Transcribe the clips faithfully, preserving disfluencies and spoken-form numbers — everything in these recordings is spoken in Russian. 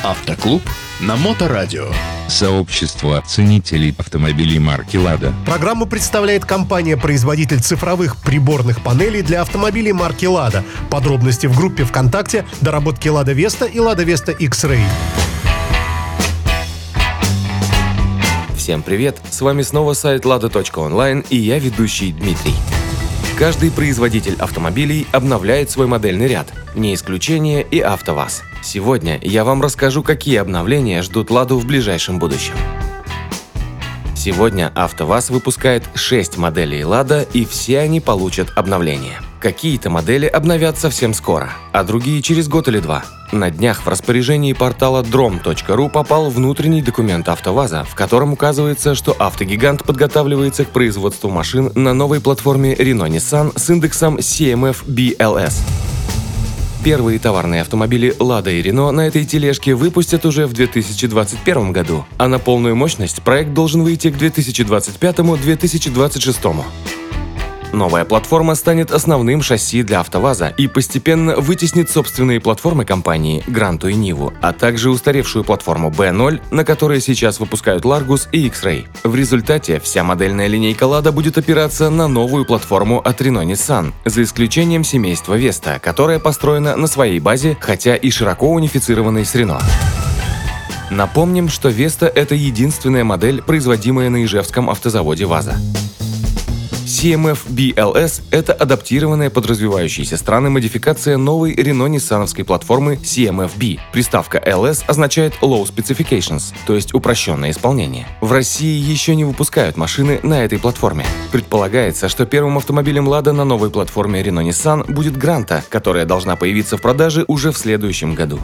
Автоклуб на Моторадио. Сообщество ценителей автомобилей марки «Лада». Программу представляет компания-производитель цифровых приборных панелей для автомобилей марки «Лада». Подробности в группе ВКонтакте «Доработки Лада Веста» и «Лада Веста X-Ray». Всем привет! С вами снова сайт лада точка онлайн и я, ведущий Дмитрий. Каждый производитель автомобилей обновляет свой модельный ряд. Не исключение и АвтоВАЗ. Сегодня я вам расскажу, какие обновления ждут Ладу в ближайшем будущем. Сегодня АвтоВАЗ выпускает шесть моделей Лада, и все они получат обновления. Какие-то модели обновят совсем скоро, а другие через год или два. На днях в распоряжении портала дром точка ру попал внутренний документ АвтоВАЗа, в котором указывается, что автогигант подготавливается к производству машин на новой платформе Renault-Nissan с индексом си эм эф би эл эс. Первые товарные автомобили Лада и Renault на этой тележке выпустят уже в две тысячи двадцать первом году, а на полную мощность проект должен выйти к две тысячи двадцать пятому — две тысячи двадцать шестому. Новая платформа станет основным шасси для АвтоВАЗа и постепенно вытеснит собственные платформы компании Гранту и Ниву, а также устаревшую платформу би ноль, на которой сейчас выпускают Largus и X-Ray. В результате вся модельная линейка Lada будет опираться на новую платформу от Renault-Nissan, за исключением семейства Vesta, которая построена на своей базе, хотя и широко унифицированной с Renault. Напомним, что Vesta – это единственная модель, производимая на Ижевском автозаводе ВАЗа. си эм эф би эл эс – это адаптированная под развивающиеся страны модификация новой Renault-Ниссановской платформы си эм эф би. Приставка эл эс означает Low Specifications, то есть упрощенное исполнение. В России еще не выпускают машины на этой платформе. Предполагается, что первым автомобилем Lada на новой платформе Renault-Nissan будет Гранта, которая должна появиться в продаже уже в следующем году.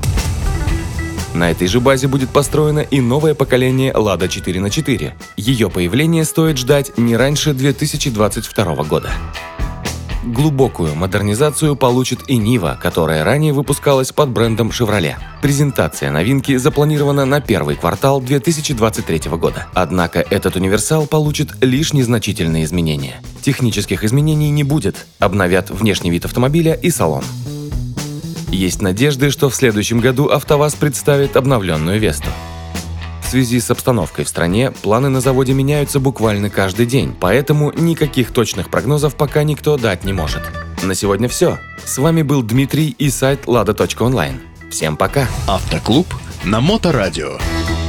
На этой же базе будет построено и новое поколение Lada четыре на четыре. Ее появление стоит ждать не раньше две тысячи двадцать второго года. Глубокую модернизацию получит и Нива, которая ранее выпускалась под брендом Chevrolet. Презентация новинки запланирована на первый квартал две тысячи двадцать третьего года. Однако этот универсал получит лишь незначительные изменения. Технических изменений не будет, обновят внешний вид автомобиля и салон. Есть надежды, что в следующем году АвтоВАЗ представит обновленную Весту. В связи с обстановкой в стране, планы на заводе меняются буквально каждый день, поэтому никаких точных прогнозов пока никто дать не может. На сегодня все. С вами был Дмитрий и сайт лада точка онлайн. Всем пока! Автоклуб на Моторадио.